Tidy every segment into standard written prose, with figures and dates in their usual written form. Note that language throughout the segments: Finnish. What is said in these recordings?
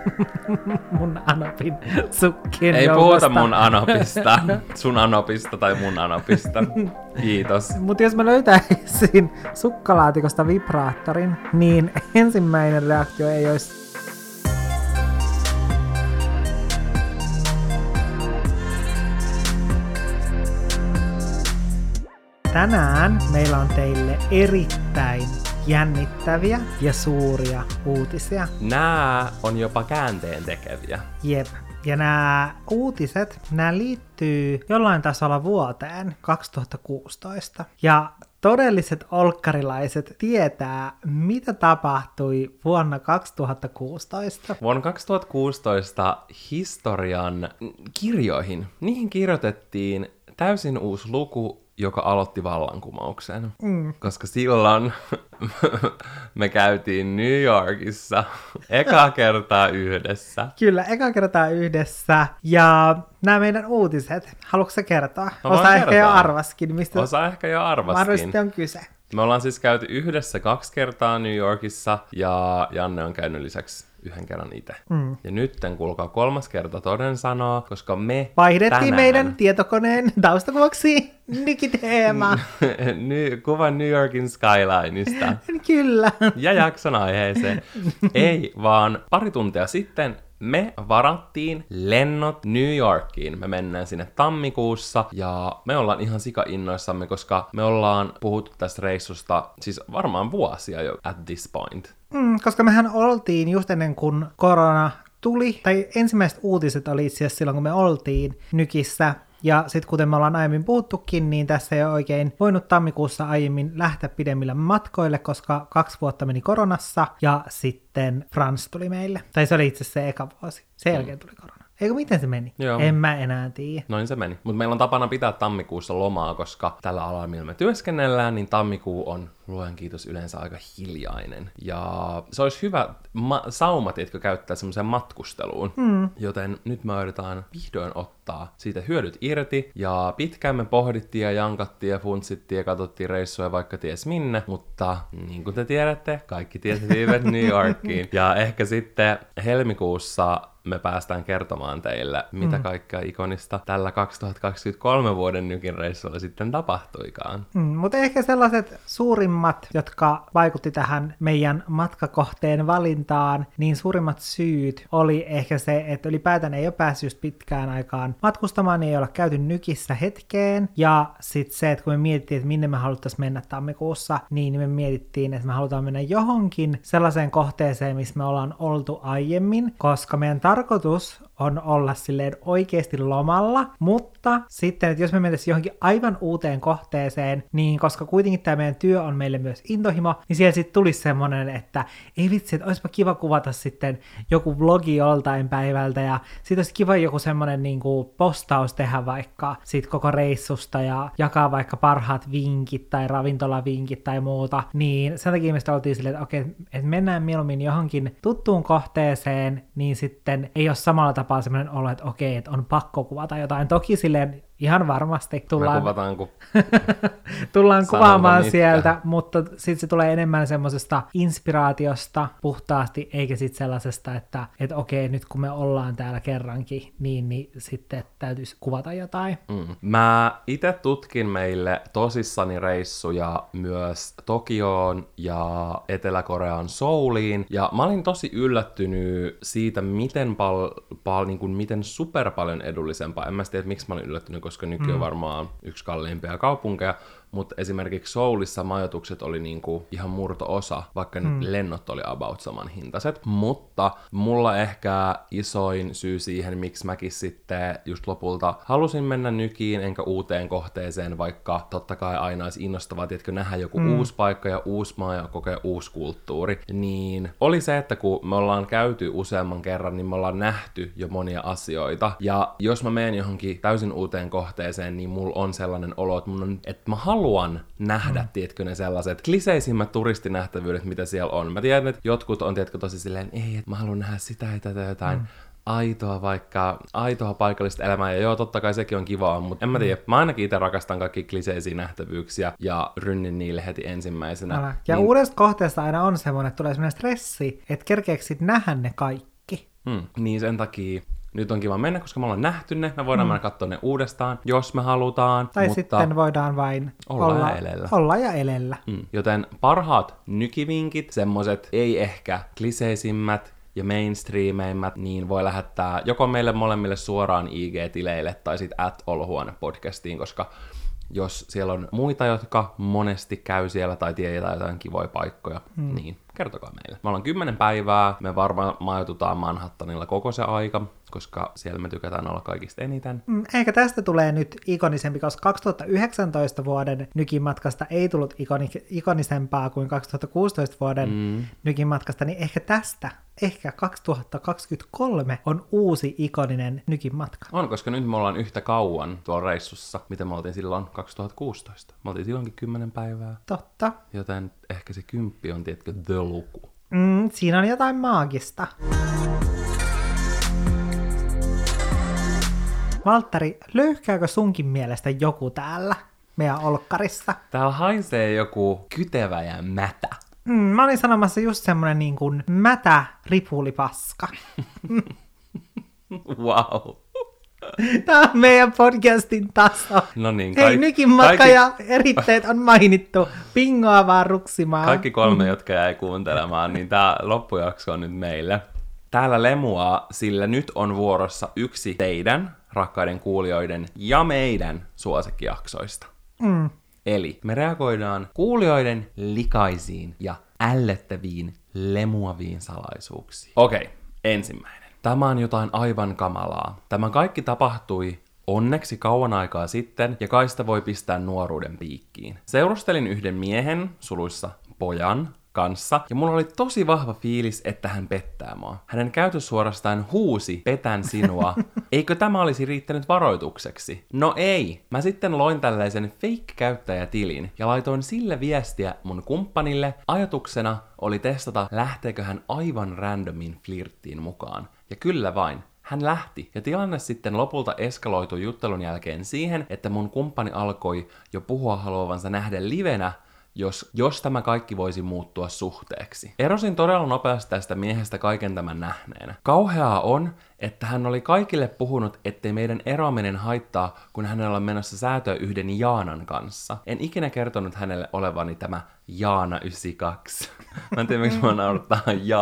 mun Anopin sukkien Ei joukosta. puhuta mun Anopista, sun Anopista tai mun Anopista. Kiitos. Mutta jos mä löytäisin sukkalaatikosta vibraattorin, niin ensimmäinen reaktio ei olisi... Tänään meillä on teille erittäin jännittäviä ja suuria uutisia. Nää on jopa käänteen tekeviä. Jep. Ja nämä uutiset, nämä liittyy jollain tasolla vuoteen 2016. Ja todelliset olkkarilaiset tietää, mitä tapahtui vuonna 2016. Vuonna 2016 historian kirjoihin, niihin kirjoitettiin täysin uusi luku, joka aloitti vallankumouksen. Koska silloin me käytiin New Yorkissa ekaa kertaa yhdessä. Kyllä, eka kertaa yhdessä. Ja nämä meidän uutiset, haluatko sä kertoa? Osa ehkä jo arvaskin. Mistä Osa ehkä jo arvaskin. mahdollisesti on kyse. Me ollaan siis käyty yhdessä 2 kertaa New Yorkissa, ja Janne on käynyt lisäksi 1 kerran itse. Ja nytten kuulkaa 3. kerta toden sanoo, koska me Vaihdettiin tänään... meidän tietokoneen taustakuvaksi digiteema. Kuva New Yorkin skylineista. Kyllä. Ja jakson aiheeseen. Ei, vaan pari tuntia sitten me varattiin lennot New Yorkiin. Me mennään sinne tammikuussa ja me ollaan ihan sika-innoissamme, koska me ollaan puhuttu tästä reissusta siis varmaan vuosia jo at this point. Koska mehän oltiin just ennen kuin korona tuli, tai ensimmäiset uutiset oli itse asiassa silloin, kun me oltiin Nykissä. Ja sitten kuten me ollaan aiemmin puhuttukin, niin tässä ei ole oikein voinut tammikuussa aiemmin lähteä pidemmille matkoille, koska 2 vuotta meni koronassa ja sitten Frans tuli meille. Tai se oli itse asiassa se eka vuosi. Sen jälkeen tuli korona. Eikö miten se meni? Joo. En mä enää tiedä. Noin se meni. Mutta meillä on tapana pitää tammikuussa lomaa, koska tällä alalla, millä me työskennellään, niin tammikuu on, luojan kiitos, yleensä aika hiljainen. Ja se olisi hyvä saumat, jotka käyttää semmoiseen matkusteluun. Joten nyt me yritetään vihdoin ottaa siitä hyödyt irti. Ja pitkään me pohdittiin ja jankattiin ja funtsittiin ja katsottiin reissuja vaikka ties minne. Mutta niin kuin te tiedätte, kaikki tiesivät New Yorkiin. Ja ehkä sitten helmikuussa me päästään kertomaan teille, mitä kaikkea ikonista tällä 2023 vuoden Nykin reissulla sitten tapahtuikaan. Mutta ehkä sellaiset suurimmat, jotka vaikutti tähän meidän matkakohteen valintaan, niin suurimmat syyt oli ehkä se, että ylipäätään ei ole päässyt just pitkään aikaan matkustamaan, niin ei olla käyty Nykissä hetkeen. Ja sitten se, että kun me mietittiin, että minne me haluttaisiin mennä tammikuussa, niin me mietittiin, että me halutaan mennä johonkin sellaiseen kohteeseen, missä me ollaan oltu aiemmin, koska meidän tarkoitus on olla silleen oikeasti lomalla, mutta sitten, että jos me mentäisiin johonkin aivan uuteen kohteeseen, niin koska kuitenkin tämä meidän työ on meille myös intohimo, niin siellä sitten tulisi semmoinen, että ei vitsi, että olisipa kiva kuvata sitten joku vlogi joltain päivältä, ja sitten olisi kiva joku semmoinen niin kuin postaus tehdä vaikka siitä koko reissusta, ja jakaa vaikka parhaat vinkit tai ravintolavinkit tai muuta, niin sen takia me sitten oltiin silleen, että okei, että mennään mieluummin johonkin tuttuun kohteeseen, niin sitten ei ole samalla tapaa semmoinen olo, että okei, että on pakko kuvata jotain. Toki silleen ihan varmasti tullaan kuvaamaan sieltä, mutta sitten se tulee enemmän semmoisesta inspiraatiosta puhtaasti, eikä sitten sellaisesta, että okei, nyt kun me ollaan täällä kerrankin, niin sitten täytyisi kuvata jotain. Mä itse tutkin meille tosissani reissuja myös Tokioon ja Etelä-Korean Souliin, ja mä olin tosi yllättynyt siitä, miten miten super paljon edullisempaa. En mä tiedä, miksi mä olin yllättynyt, koska Nyky on varmaan yksi kalliimpia kaupunkeja, mutta esimerkiksi Soulissa majoitukset oli niinku ihan murto-osa, vaikka nyt lennot oli about saman hintaiset. Mutta mulla ehkä isoin syy siihen, miksi mäkin sitten just lopulta halusin mennä Nykiin enkä uuteen kohteeseen, vaikka totta kai aina olisi innostavaa, tiedätkö, nähdä joku uusi paikka ja uusi maa ja kokea uusi kulttuuri, niin oli se, että kun me ollaan käyty useamman kerran, niin me ollaan nähty jo monia asioita. Ja jos mä menen johonkin täysin uuteen kohteeseen, niin mulla on sellainen olo, että mä haluan nähdä, tiedätkö, ne sellaiset kliseisimmät turistinähtävyydet, mitä siellä on. Mä tiedän, että jotkut on, tiedätkö, tosi silleen, ei, että mä haluan nähdä sitä ja tätä jotain aitoa paikallista elämää, ja joo, totta kai sekin on kivaa, mutta en mä tiedä, mä ainakin itse rakastan kaikki kliseisiä nähtävyyksiä ja rynnin niille heti ensimmäisenä. Ja uudesta kohteesta aina on semmoinen, että tulee semmoinen stressi, että kerkeekö sit nähdä ne kaikki. Niin sen takia nyt on kiva mennä, koska me ollaan nähty ne. Me voidaan mennä katsoa ne uudestaan, jos me halutaan. Tai mutta sitten voidaan vain olla ja elellä. Joten parhaat nykivinkit, semmoset ei ehkä kliseisimmät ja mainstreameimmät, niin voi lähettää joko meille molemmille suoraan IG-tileille tai sitten @olohuone-podcastiin, koska jos siellä on muita, jotka monesti käy siellä tai tietää jotain kivoja paikkoja, niin kertokaa meille. Me ollaan 10 päivää, me varmaan majoitutaan Manhattanilla koko se aika, koska siellä me tykätään olla kaikista eniten. Eikä tästä tulee nyt ikonisempi, koska 2019 vuoden nykimatkasta ei tullut ikonisempaa kuin 2016 vuoden nykimatkasta, niin ehkä 2023 on uusi ikoninen nykimatka. On, koska nyt me ollaan yhtä kauan tuolla reissussa, mitä me oltiin silloin 2016. Me oltiin silloinkin 10 päivää. Totta. Joten ehkä se 10 on, tiedätkö, the luku. Siinä on jotain maagista. Valtteri, löyhkääkö sunkin mielestä joku täällä meidän olkkarissa? Täällä haisee joku kytevä ja mätä. Mä olin sanomassa just semmonen niin kuin mätä ripulipaska. Wow. Tää on meidän podcastin taso. No niin, Hei, nykimatka ja eritteet on mainittu. Pingoa vaan ruksimaan. Kaikki 3, jotka jäi kuuntelemaan, niin tää loppujakso on nyt meille. Täällä lemuaa, sillä nyt on vuorossa yksi teidän, rakkaiden kuulijoiden, ja meidän suosikkijaksoista. Eli me reagoidaan kuulijoiden likaisiin ja ällöttäviin lemuaviin salaisuuksiin. Okei, ensimmäinen. Tämä on jotain aivan kamalaa. Tämä kaikki tapahtui onneksi kauan aikaa sitten, ja kai sitä voi pistää nuoruuden piikkiin. Seurustelin yhden miehen, suluissa pojan, kanssa, ja mulla oli tosi vahva fiilis, että hän pettää mua. Hänen käytös suorastaan huusi, petän sinua. Eikö tämä olisi riittänyt varoitukseksi? No ei. Mä sitten loin tällaisen fake-käyttäjätilin ja laitoin sille viestiä mun kumppanille. Ajatuksena oli testata, lähteekö hän aivan randomin flirttiin mukaan. Ja kyllä vain. Hän lähti, ja tilanne sitten lopulta eskaloitui juttelun jälkeen siihen, että mun kumppani alkoi jo puhua haluavansa nähdä livenä, jos tämä kaikki voisi muuttua suhteeksi. Erosin todella nopeasti tästä miehestä kaiken tämän nähneenä. Kauheaa on, että hän oli kaikille puhunut, ettei meidän eroaminen haittaa, kun hänellä on menossa säätöä yhden Jaanan kanssa. En ikinä kertonut hänelle olevani tämä Jaana 92. Mä en tiedä, miksi mä naurattaa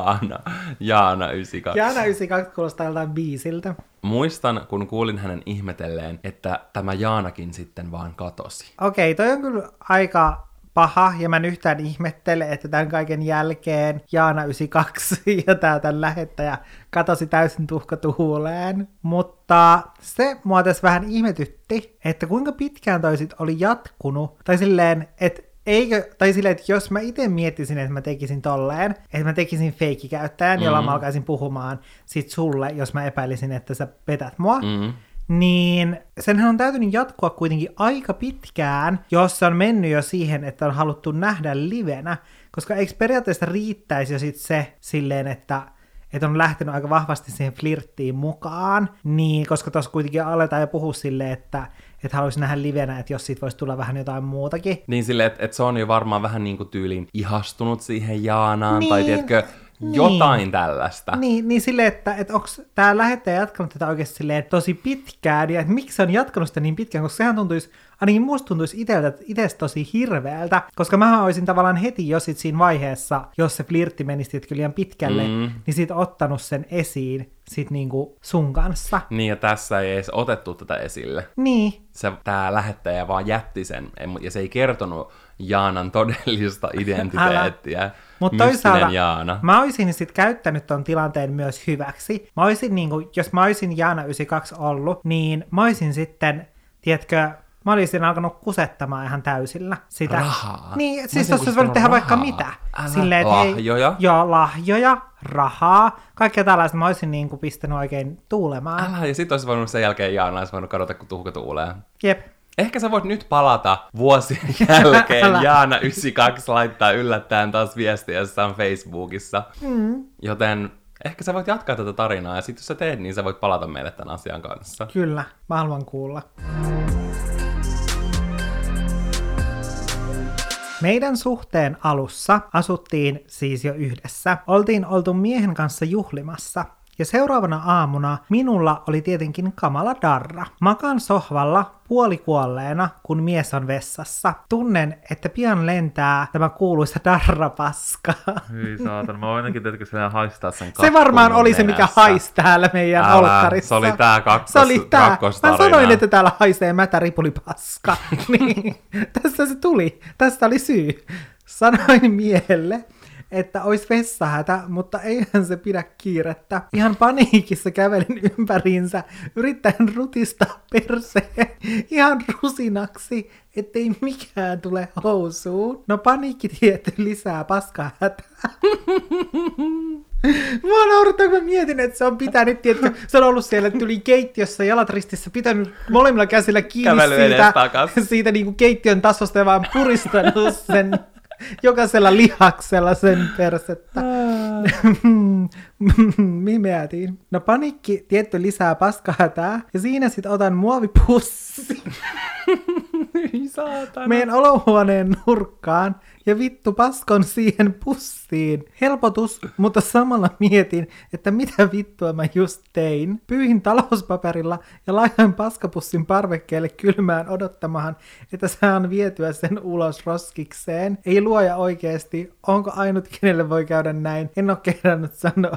Jaana 92. Jaana 92 kuulostaa joltain biisiltä. Muistan, kun kuulin hänen ihmetelleen, että tämä Jaanakin sitten vaan katosi. Okei, toi on kyllä aika paha, ja mä en yhtään ihmettele, että tämän kaiken jälkeen Jaana 92 ja tää tämän lähettäjä katosi täysin tuhkatuhuuleen. Mutta se mua tässä vähän ihmetytti, että kuinka pitkään toi sit oli jatkunut, tai silleen, että että jos mä itse miettisin, että mä tekisin tolleen, että mä tekisin feikkikäyttäjän, jolla mä alkaisin puhumaan sit sulle, jos mä epäilisin, että sä petät mua, niin senhän on täytynyt jatkua kuitenkin aika pitkään, jos se on mennyt jo siihen, että on haluttu nähdä livenä, koska eikö periaatteessa riittäisi jo sit se silleen, että on lähtenyt aika vahvasti siihen flirttiin mukaan, niin koska tuossa kuitenkin aletaan jo puhua silleen, että haluaisi nähdä livenä, että jos siitä voisi tulla vähän jotain muutakin. Niin silleen, että se on jo varmaan vähän niin kuin tyyliin ihastunut siihen Jaanaan, niin, tai tiedätkö, jotain tällaista. Niin silleen, että onko tämä lähettäjä jatkanut tätä oikeasti silleen tosi pitkään, ja että miksi se on jatkanut sitä niin pitkään, koska sehän tuntuisi, ainakin musta tuntuisi itse tosi hirveältä, koska mähän olisin tavallaan heti jo sit siinä vaiheessa, jos se flirtti menisi liian pitkälle, niin sit ottanut sen esiin sit niinku sun kanssa. Niin, ja tässä ei edes otettu tätä esille. Niin. Tää lähettäjä vaan jätti sen, ja se ei kertonut Jaanan todellista identiteettiä. Mutta toisaalta Jaana. Mä olisin sitten käyttänyt ton tilanteen myös hyväksi. Mä olisin jos mä olisin Jaana 92 ollut, niin mä olisin sitten, tiedätkö, mä olisin alkanut kusettamaan ihan täysillä sitä. Rahaa? Niin, siis tossa olisi voinut tehdä vaikka mitä. Silleen, lahjoja? Joo, lahjoja, rahaa, kaikkea tällaista. Mä olisin pistänyt oikein tuulemaan. Ja sit olisi voinut sen jälkeen Jaana olisi voinut kadota, kun tuhka tuulee. Jep. Ehkä sä voit nyt palata vuosien jälkeen. Jaana 92 laittaa yllättäen taas viestiä jossain Facebookissa. Joten ehkä sä voit jatkaa tätä tarinaa, ja sit jos sä teet, niin sä voit palata meille tämän asian kanssa. Kyllä, mä haluan kuulla. Meidän suhteen alussa asuttiin siis jo yhdessä. Oltiin oltu miehen kanssa juhlimassa. Ja seuraavana aamuna minulla oli tietenkin kamala darra. Makan sohvalla puolikuolleena, kun mies on vessassa. Tunnen, että pian lentää tämä kuuluisa darrapaska. Hyi saatan, mä voin ainakin tietenkin siellä haistaa sen Se varmaan oli se, mikä haisi täällä meidän olkkarissa. Se oli tää Mä sanoin, että täällä haisee mätä ripulipaska. Niin, tässä se tuli. Tästä oli syy. Sanoin miehelle, että olisi vessahätä, mutta eihän se pidä kiirettä. Ihan paniikissa kävelin ympäriinsä, yrittäen rutistaa perseen ihan rusinaksi, ettei mikään tule housuun. No paniikki tietty lisää paskahätää. Mua naurattaa, kun mä mietin, että se on pitänyt, tiedätkö, se on ollut siellä tyli keittiössä jalat ristissä, pitänyt molemmilla käsillä kiinni siitä niin kuin keittiön tasosta ja vaan puristanut sen jokaisella lihaksella sen persettä. Mimeätiin. No panikki tietty lisää paskahätää ja siinä sit otan muovipussi meidän olohuoneen nurkkaan ja vittu paskon siihen pussiin. Helpotus, mutta samalla mietin, että mitä vittua mä just tein. Pyyhin talouspaperilla ja laitan paskapussin parvekkeelle kylmään odottamahan, että saan vietyä sen ulos roskikseen. Ei luoja oikeesti, onko ainut kenelle voi käydä näin? En oo kehdannut sanoa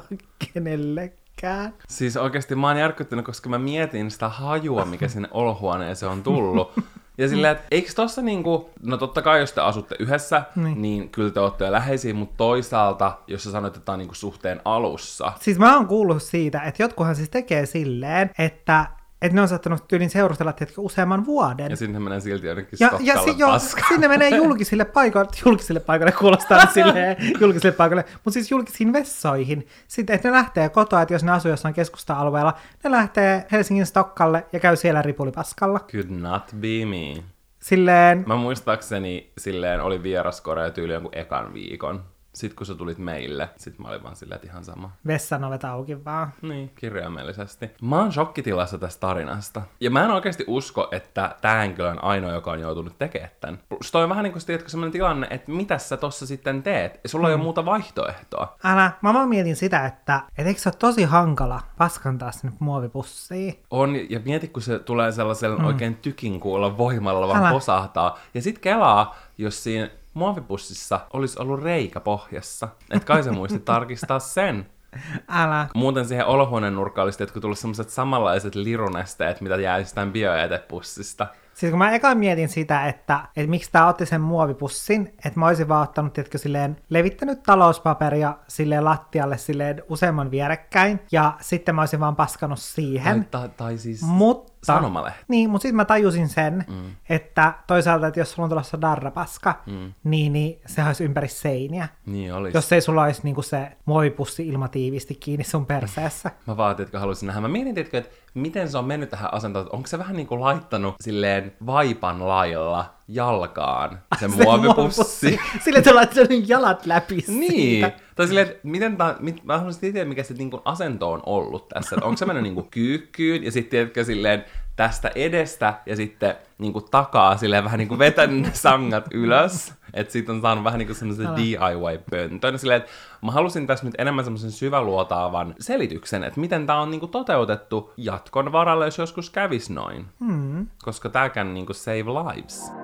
kenellekään. Siis oikeesti mä oon järkyttynyt, koska mä mietin sitä hajua, mikä sinne olohuoneeseen on tullut. Ja silleen, että eikö tossa niinku, no totta kai jos te asutte yhdessä, niin kyllä te ootte jo läheisiä, mutta toisaalta, jos sä sanoit, että tää on niinku suhteen alussa. Siis mä oon kuullut siitä, että jotkuhan siis tekee silleen, että ne on saattanut tyylin seurustella useamman vuoden. Ja sinne menee silti jonnekin Stokkalle paskaan. Sinne menee julkisille paikoille kuulostaa silleen julkisille paikoille, mutta siis julkisiin vessoihin. Sitten, että ne lähtee kotoa, että jos ne asuu jossain keskusta-alueella, ne lähtee Helsingin Stokkalle ja käy siellä ripulipaskalla. Could not be me. Silleen... Mä muistaakseni silleen oli vieraskorea tyyli jonkun ekan viikon. Sitten kun sä tulit meille, sit mä olin vaan silleen, että ihan sama. Vessan ovet auki vaan. Niin, kirjaimellisesti. Mä oon shokkitilassa tästä tarinasta. Ja mä en oikeasti usko, että tää henkilö on ainoa, joka on joutunut tekemään tän. Plus toi on vähän niin kuin sellainen tilanne, että mitä sä tossa sitten teet? Sulla ei ole muuta vaihtoehtoa. Älä, mä vaan mietin sitä, että eikö se ole tosi hankala paskantaa sinne muovipussiin? On, ja mieti, kun se tulee sellaisella oikein tykin kuulla voimalla, vaan posahtaa. Ja sit kelaa, jos siinä muovipussissa olisi ollut reikä pohjassa. Et kai sä muistit tarkistaa sen. Älä. Muuten siihen olohuoneen nurkkaan olisi tullut sellaiset samanlaiset lirunesteet, mitä jää jostain biojätepussista. Siis kun mä eka mietin sitä, että miksi tää otti sen muovipussin, että mä olisin vaan ottanut, tiedätkö, silleen levittänyt talouspaperia silleen lattialle silleen useamman vierekkäin, ja sitten mä olisin vaan paskanut siihen. Tai siis sanomalehti. Niin, mutta sitten mä tajusin sen, että toisaalta, että jos sulla on tulossa darrapaska, niin se olisi ympäri seiniä. Niin olisi. Jos ei sulla olisi niinku se muovipussi ilmatiivisti kiinni sun perseessä. Mä vaan, että haluaisin nähdä. Mä mietin, että miten se on mennyt tähän asentoon, onko se vähän niin kuin laittanut silleen vaipan lailla jalkaan se muovipussi. Silleen, että laittanut jalat läpi siitä. Niin. Tai silleen, että mä haluaisin tietää, mikä se niin kuin asento on ollut tässä. Onko se mennyt niin kuin kyykkyyn ja sitten tiedätkö silleen tästä edestä ja sitten niin kuin takaa silleen vähän niin kuin vetänyt ne sangat ylös. Että siitä on saanut vähän niin kuin semmoisen DIY-pöntön. Silleen, että mä halusin tässä nyt enemmän semmoisen syväluotaavan selityksen, että miten tää on niin kuin toteutettu jatkon varalle, jos joskus kävisi noin. Koska tää can niin kuin save lives.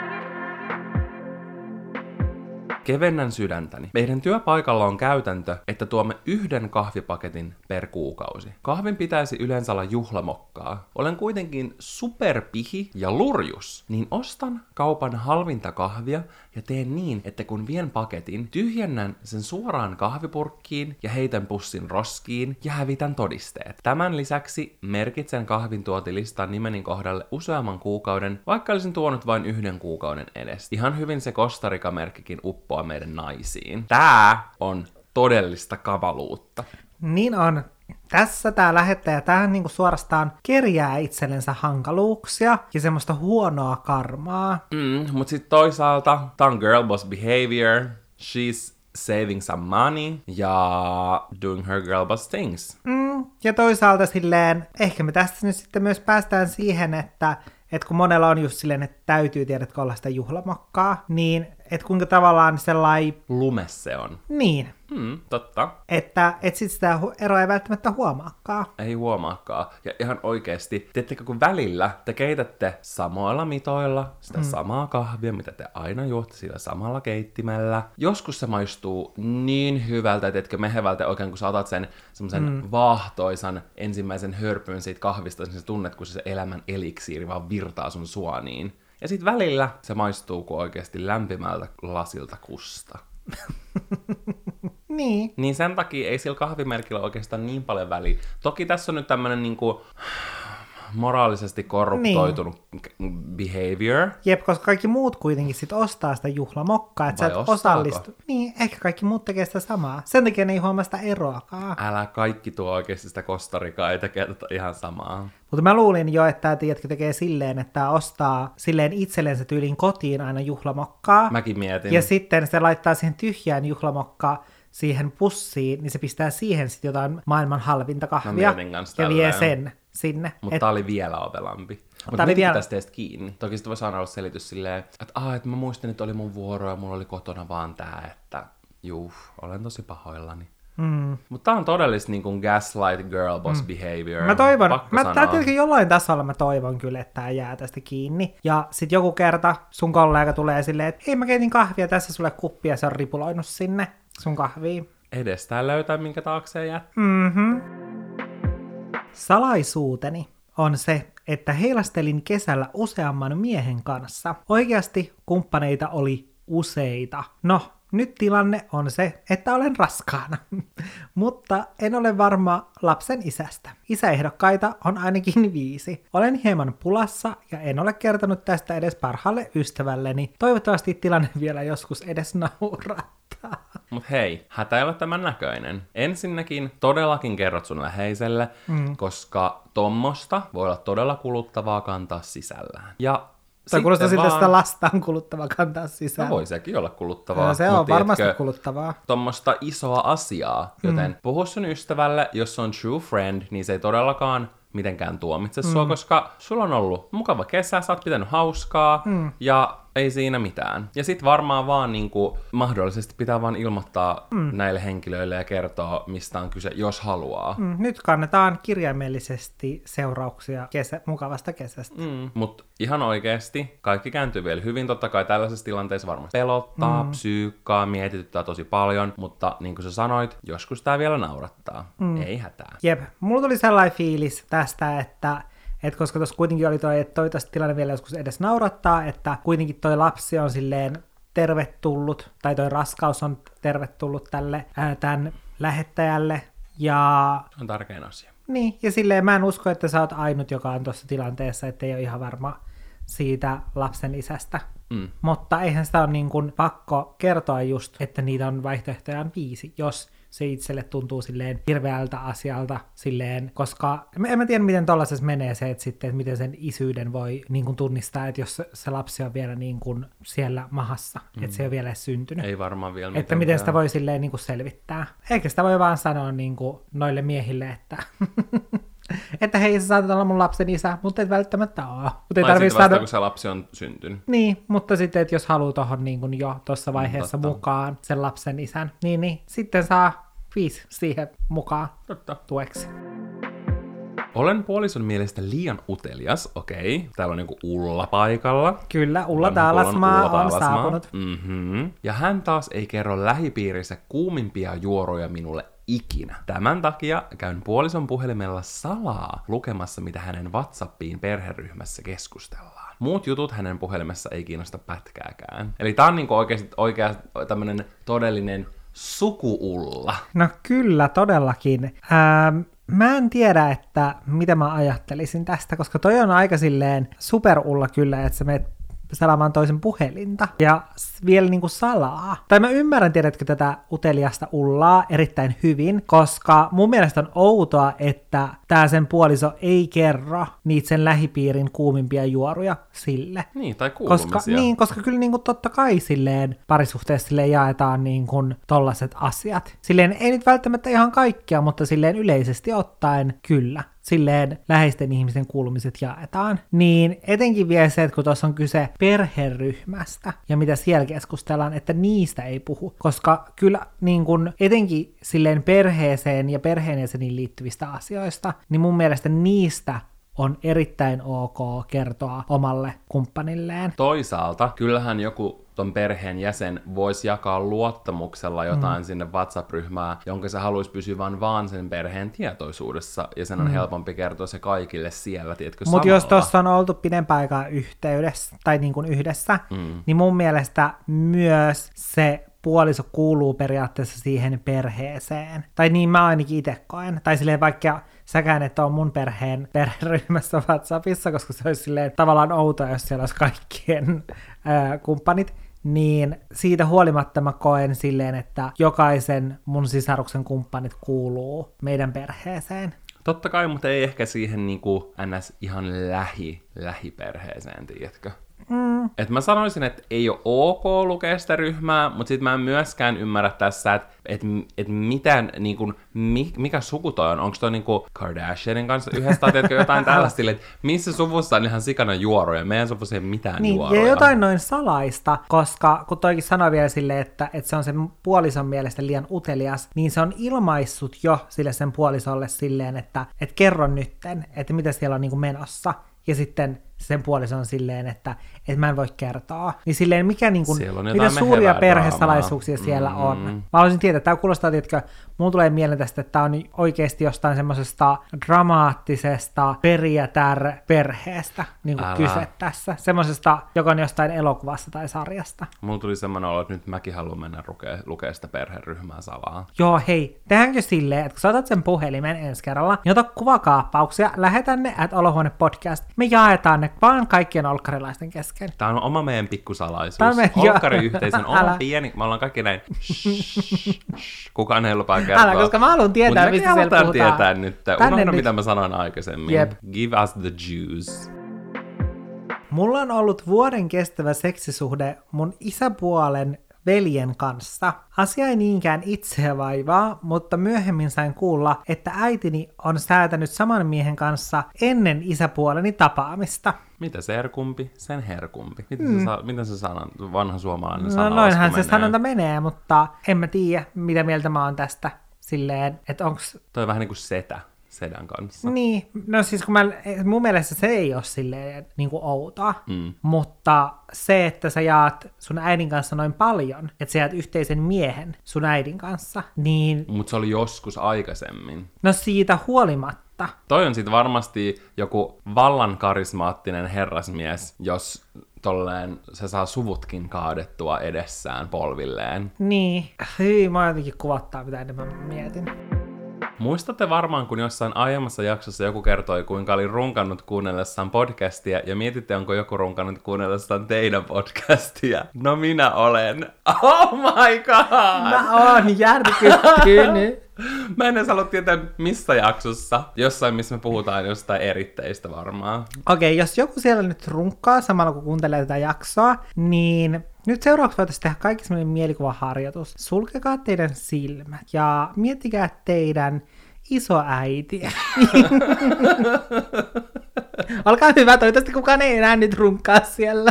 Kevennän sydäntäni. Meidän työpaikalla on käytäntö, että tuomme 1 kahvipaketin per kuukausi. Kahvin pitäisi yleensä olla juhlamokkaa. Olen kuitenkin superpihi ja lurjus, niin ostan kaupan halvinta kahvia ja teen niin, että kun vien paketin, tyhjennän sen suoraan kahvipurkkiin ja heitän pussin roskiin ja hävitän todisteet. Tämän lisäksi merkitsen kahvin tuotilistan nimeni kohdalle useamman kuukauden, vaikka olisin tuonut vain 1 kuukauden edestä. Ihan hyvin se Kostarika-merkkikin uppoo meidän naisiin. Tää on todellista kavaluutta. Niin on. Tässä tää lähettäjä, tähän niinku suorastaan kerjää itsellensä hankaluuksia ja semmoista huonoa karmaa. Mut sit toisaalta, tää on girl boss behavior, she's saving some money ja doing her girl boss things. Ja toisaalta silleen, ehkä me tästä nyt sitten myös päästään siihen, että kun monella on just silleen, että täytyy tiedätkö olla sitä juhlamokkaa, niin kuinka tavallaan sellainen... Lume se on. Niin. Totta. Että sit sitä eroa ei välttämättä huomaakaan. Ei huomaakaan. Ja ihan oikeesti, tiedättekö, kun välillä te keitätte samoilla mitoilla sitä samaa kahvia, mitä te aina juotte sillä samalla keittimellä. Joskus se maistuu niin hyvältä, että mehevältä oikein, kun sä otat sen semmoisen vaahtoisan ensimmäisen hörpyn siitä kahvista, niin sä tunnet, kun se elämän eliksiiri vaan virtaa sun suoniin. Ja sit välillä se maistuu kuin oikeesti lämpimältä lasilta kusta. Niin. Niin sen takia ei sillä kahvimerkillä oikeastaan niin paljon väliä. Toki tässä on nyt tämmönen niinku moraalisesti korruptoitunut behavior. Jep, koska kaikki muut kuitenkin sit ostaa sitä juhlamokkaa, että sä et osallistu. Niin, ehkä kaikki muut tekee sitä samaa. Sen takia ne ei huomaa sitä eroakaan. Älä kaikki tuo oikeasti sitä Kostarikaa, ei tekee ihan samaa. Mutta mä luulin jo, että tämä tiedätkö tekee silleen, että ostaa silleen itsellensä tyyliin kotiin aina juhlamokkaa. Mäkin mietin. Ja sitten se laittaa siihen tyhjään juhlamokkaa siihen pussiin, niin se pistää siihen sitten jotain maailman halvinta kahvia ja vie sen sinne. Mutta tää oli vielä ovelampi. Mutta nyt pitäisi teistä kiinni. Toki sitten voisi aina olla selitys silleen, että mä muistin, että oli mun vuoro ja mulla oli kotona vaan tää, että olen tosi pahoillani. Mutta tää on todellista niin kuin gaslight girl boss behavior. Mä toivon, tietenkin jollain tasolla mä toivon kyllä, että tää jää tästä kiinni. Ja sit joku kerta sun kollega tulee silleen, että hei mä keitin kahvia, tässä sulle kuppi ja se on ripuloinut sinne sun kahviin. Edestään löytää, minkä taakseen jää. Salaisuuteni on se, että heilastelin kesällä useamman miehen kanssa. Oikeasti kumppaneita oli useita. No, nyt tilanne on se, että olen raskaana, mutta en ole varma lapsen isästä. Isäehdokkaita on ainakin 5. Olen hieman pulassa ja en ole kertonut tästä edes parhaalle ystävälleni. Toivottavasti tilanne vielä joskus edes naurattaa. Mut hei, hätä ei ole tämän näköinen. Ensinnäkin todellakin kerrot sun läheiselle, koska tommosta voi olla todella kuluttavaa kantaa sisällään. Ja tai kuulostaa siltä, että sitä lasta on kuluttavaa kantaa sisään. No voi sekin olla kuluttavaa. No, se on varmasti kuluttavaa. Tuommoista isoa asiaa, joten puhu sun ystävälle, jos se on true friend, niin se ei todellakaan mitenkään tuomitse sua, koska sulla on ollut mukava kesä, sä oot pitänyt hauskaa, ja ei siinä mitään. Ja sit varmaan vaan niinku, mahdollisesti pitää vaan ilmoittaa näille henkilöille ja kertoa, mistä on kyse, jos haluaa. Nyt kannetaan kirjaimellisesti seurauksia mukavasta kesästä. Mutta ihan oikeesti, kaikki kääntyy vielä hyvin. Totta kai tällaisessa tilanteessa varmasti pelottaa, psyykkaa, mietityttää tosi paljon, mutta niin kuin sä sanoit, joskus tää vielä naurattaa. Ei hätää. Jep, mulla tuli sellainen fiilis tästä, että koska tuossa kuitenkin oli toi, että toivottavasti tilanne vielä joskus edes naurattaa, että kuitenkin toi lapsi on silleen tervetullut, tai toi raskaus on tervetullut tälle tämän lähettäjälle. Ja se on tärkein asia. Niin, ja silleen mä en usko, että sä oot ainut, joka on tuossa tilanteessa, ettei ole ihan varma siitä lapsen isästä. Mutta eihän sitä ole niin kuin pakko kertoa just, että niitä on vaihtoehtoja 5, jos se itselle tuntuu silleen hirveältä asialta silleen, koska en mä tiedä, miten tollaisessa menee se, että miten sen isyyden voi niin kuin tunnistaa, että jos se lapsi on vielä niin kuin siellä mahassa, että se ei ole vielä edes syntynyt. Ei varmaan vielä mitään. Että miten sitä voi silleen niin kuin selvittää. Eikä sitä voi vaan sanoa niin kuin noille miehille, että että hei, sä saatat olla mun lapsen isä, mutta et välttämättä ole. Tai sitten vasta, kun se lapsi on syntynyt. Niin, mutta sitten, että jos haluaa tohon niin kuin jo tuossa vaiheessa mukaan sen lapsen isän, niin sitten saa 5 siihen mukaan tueksi. Olen puolison mielestä liian utelias, okei. Täällä on niinku Ulla paikalla. Kyllä, Ulla Taalasmaa on saapunut. Ja hän taas ei kerro lähipiirissä kuumimpia juoroja minulle ikinä. Tämän takia käyn puolison puhelimella salaa lukemassa, mitä hänen WhatsAppiin perheryhmässä keskustellaan. Muut jutut hänen puhelimessa ei kiinnosta pätkääkään. Eli tää on niinku oikea tämmönen todellinen suku-Ulla. No kyllä, todellakin. Mä en tiedä, että mitä mä ajattelisin tästä, koska toi on aika silleen super-Ulla kyllä, että sä menet salaamaan toisen puhelinta ja vielä niinku salaa. Tai mä ymmärrän, tiedätkö, tätä uteliasta Ullaa erittäin hyvin, koska mun mielestä on outoa, että tää sen puoliso ei kerro niitä sen lähipiirin kuumimpia juoruja sille. Niin, tai kuulumisia. Koska kyllä niinku totta kai silleen parisuhteessa silleen jaetaan niinku tollaset asiat. Silleen ei nyt välttämättä ihan kaikkia, mutta silleen yleisesti ottaen kyllä. silleen läheisten ihmisten kuulumiset jaetaan, niin etenkin vielä se, että kun tuossa on kyse perheryhmästä ja mitä siellä keskustellaan, että niistä ei puhu, koska kyllä niin kun etenkin silleen perheeseen ja perheenjäseniin liittyvistä asioista, niin mun mielestä niistä on erittäin ok kertoa omalle kumppanilleen. Toisaalta kyllähän joku ton perheen jäsen voisi jakaa luottamuksella jotain sinne WhatsApp-ryhmään, jonka se haluaisi pysyä vaan sen perheen tietoisuudessa, ja sen on helpompi kertoa se kaikille siellä, tiedätkö, samalla. Mutta jos tuossa on oltu pidempään aikaa yhteydessä, tai niin kuin yhdessä, niin mun mielestä myös se puoliso kuuluu periaatteessa siihen perheeseen. Tai niin mä ainakin itse koen. Tai silleen vaikka säkään et ole mun perheryhmässä WhatsAppissa, koska se olisi silleen tavallaan outoa, jos siellä olisi kaikkien kumppanit. Niin siitä huolimatta mä koen silleen, että jokaisen mun sisaruksen kumppanit kuuluu meidän perheeseen. Totta kai, mutta ei ehkä siihen niinku ns. Ihan lähiperheeseen, tiedätkö? Et mä sanoisin, että ei ole ok lukea sitä ryhmää, mutta sit mä en myöskään ymmärrä tässä, että mitään, niinku, mikä suku toi on. Onko toi niinku Kardashianin kanssa yhdessä, tai teetkö jotain tällaista, että missä suvussa on ihan sikana juoroja, meidän suvussa ei ole mitään niin, juoroja. Ja jotain noin salaista, koska kun toikin sanoi vielä silleen, että se on sen puolison mielestä liian utelias, niin se on ilmaissut jo sille sen puolisolle silleen, että kerro nytten, että mitä siellä on niinku menossa. Ja sitten sen puolison on silleen, että mä en voi kertoa. Niin silleen, mitä suuria perhesalaisuuksia siellä on. Mä haluaisin tietää, tämä kuulostaa, että mulla tulee mieleen tästä, että tämä on oikeasti jostain semmoisesta dramaattisesta perijätär-perheestä niin kuin kyse tässä. Semmoisesta, joka on jostain elokuvasta tai sarjasta. Mulla tuli semmoinen olo, että nyt mäkin haluan mennä lukea sitä perheryhmää salaa. Joo, hei, tehdäänkö silleen, että kun sä otat sen puhelimen ensi kerralla, niin ota kuvakaappauksia, lähetän ne @olohuone-podcast. Me jaetaan ne vaan kaikkien olkkarilaisten kesken. Tämä on oma meidän pikkusalaisuus. Olkkariyhteisön oma pieni. Me ollaan kaikki näin. Kukaan ei lupaa kertoa. Älä, koska mä haluan tietää, mitä siellä puhutaan. Tietää nyt. Unohda, mitä mä sanoin aikaisemmin. Jep. Give us the juice. Mulla on ollut vuoden kestävä seksisuhde mun isäpuolen veljen kanssa. Asia ei niinkään itseä vaivaa, mutta myöhemmin sain kuulla, että äitini on säätänyt saman miehen kanssa ennen isäpuoleni tapaamista. Mitä se herkumpi, sen herkumpi. Miten se sanan, vanha suomalainen sana? No noinhan se sanonta menee, mutta en mä tiedä, mitä mieltä mä oon tästä silleen, että onks... Toi vähän niin kuin sedän kanssa. Niin, no siis kun mun mielestä se ei ole silleen niin kuin outoa, mutta se, että sä jaat sun äidin kanssa noin paljon, että sä jaat yhteisen miehen sun äidin kanssa, niin... Mutta se oli joskus aikaisemmin. No siitä huolimatta. Toi on sit varmasti joku vallan karismaattinen herrasmies, jos tolleen se saa suvutkin kaadettua edessään polvilleen. Niin, hyi, mä jotenkin kuvattaa, mitä enemmän mietin. Muistatte varmaan, kun jossain aiemmassa jaksossa joku kertoi, kuinka oli runkannut kuunnellessaan podcastia, ja mietitte, onko joku runkannut kuunnellessaan teidän podcastia. No minä olen. Oh my god! Mä oon järkyttynyt. Mä en edes halua tietää, missä jaksossa. Jossain, missä me puhutaan jostain eritteistä varmaan. Okei, jos joku siellä nyt runkkaa samalla, kun kuuntelee tätä jaksoa, niin... Nyt seuraavaksi voitaisiin tehdä kaikki sellainen mielikuvaharjoitus. Sulkekaa teidän silmät ja miettikää teidän isoäitiä. Olkaa hyvä, toivottavasti kukaan ei enää nyt runkkaa siellä.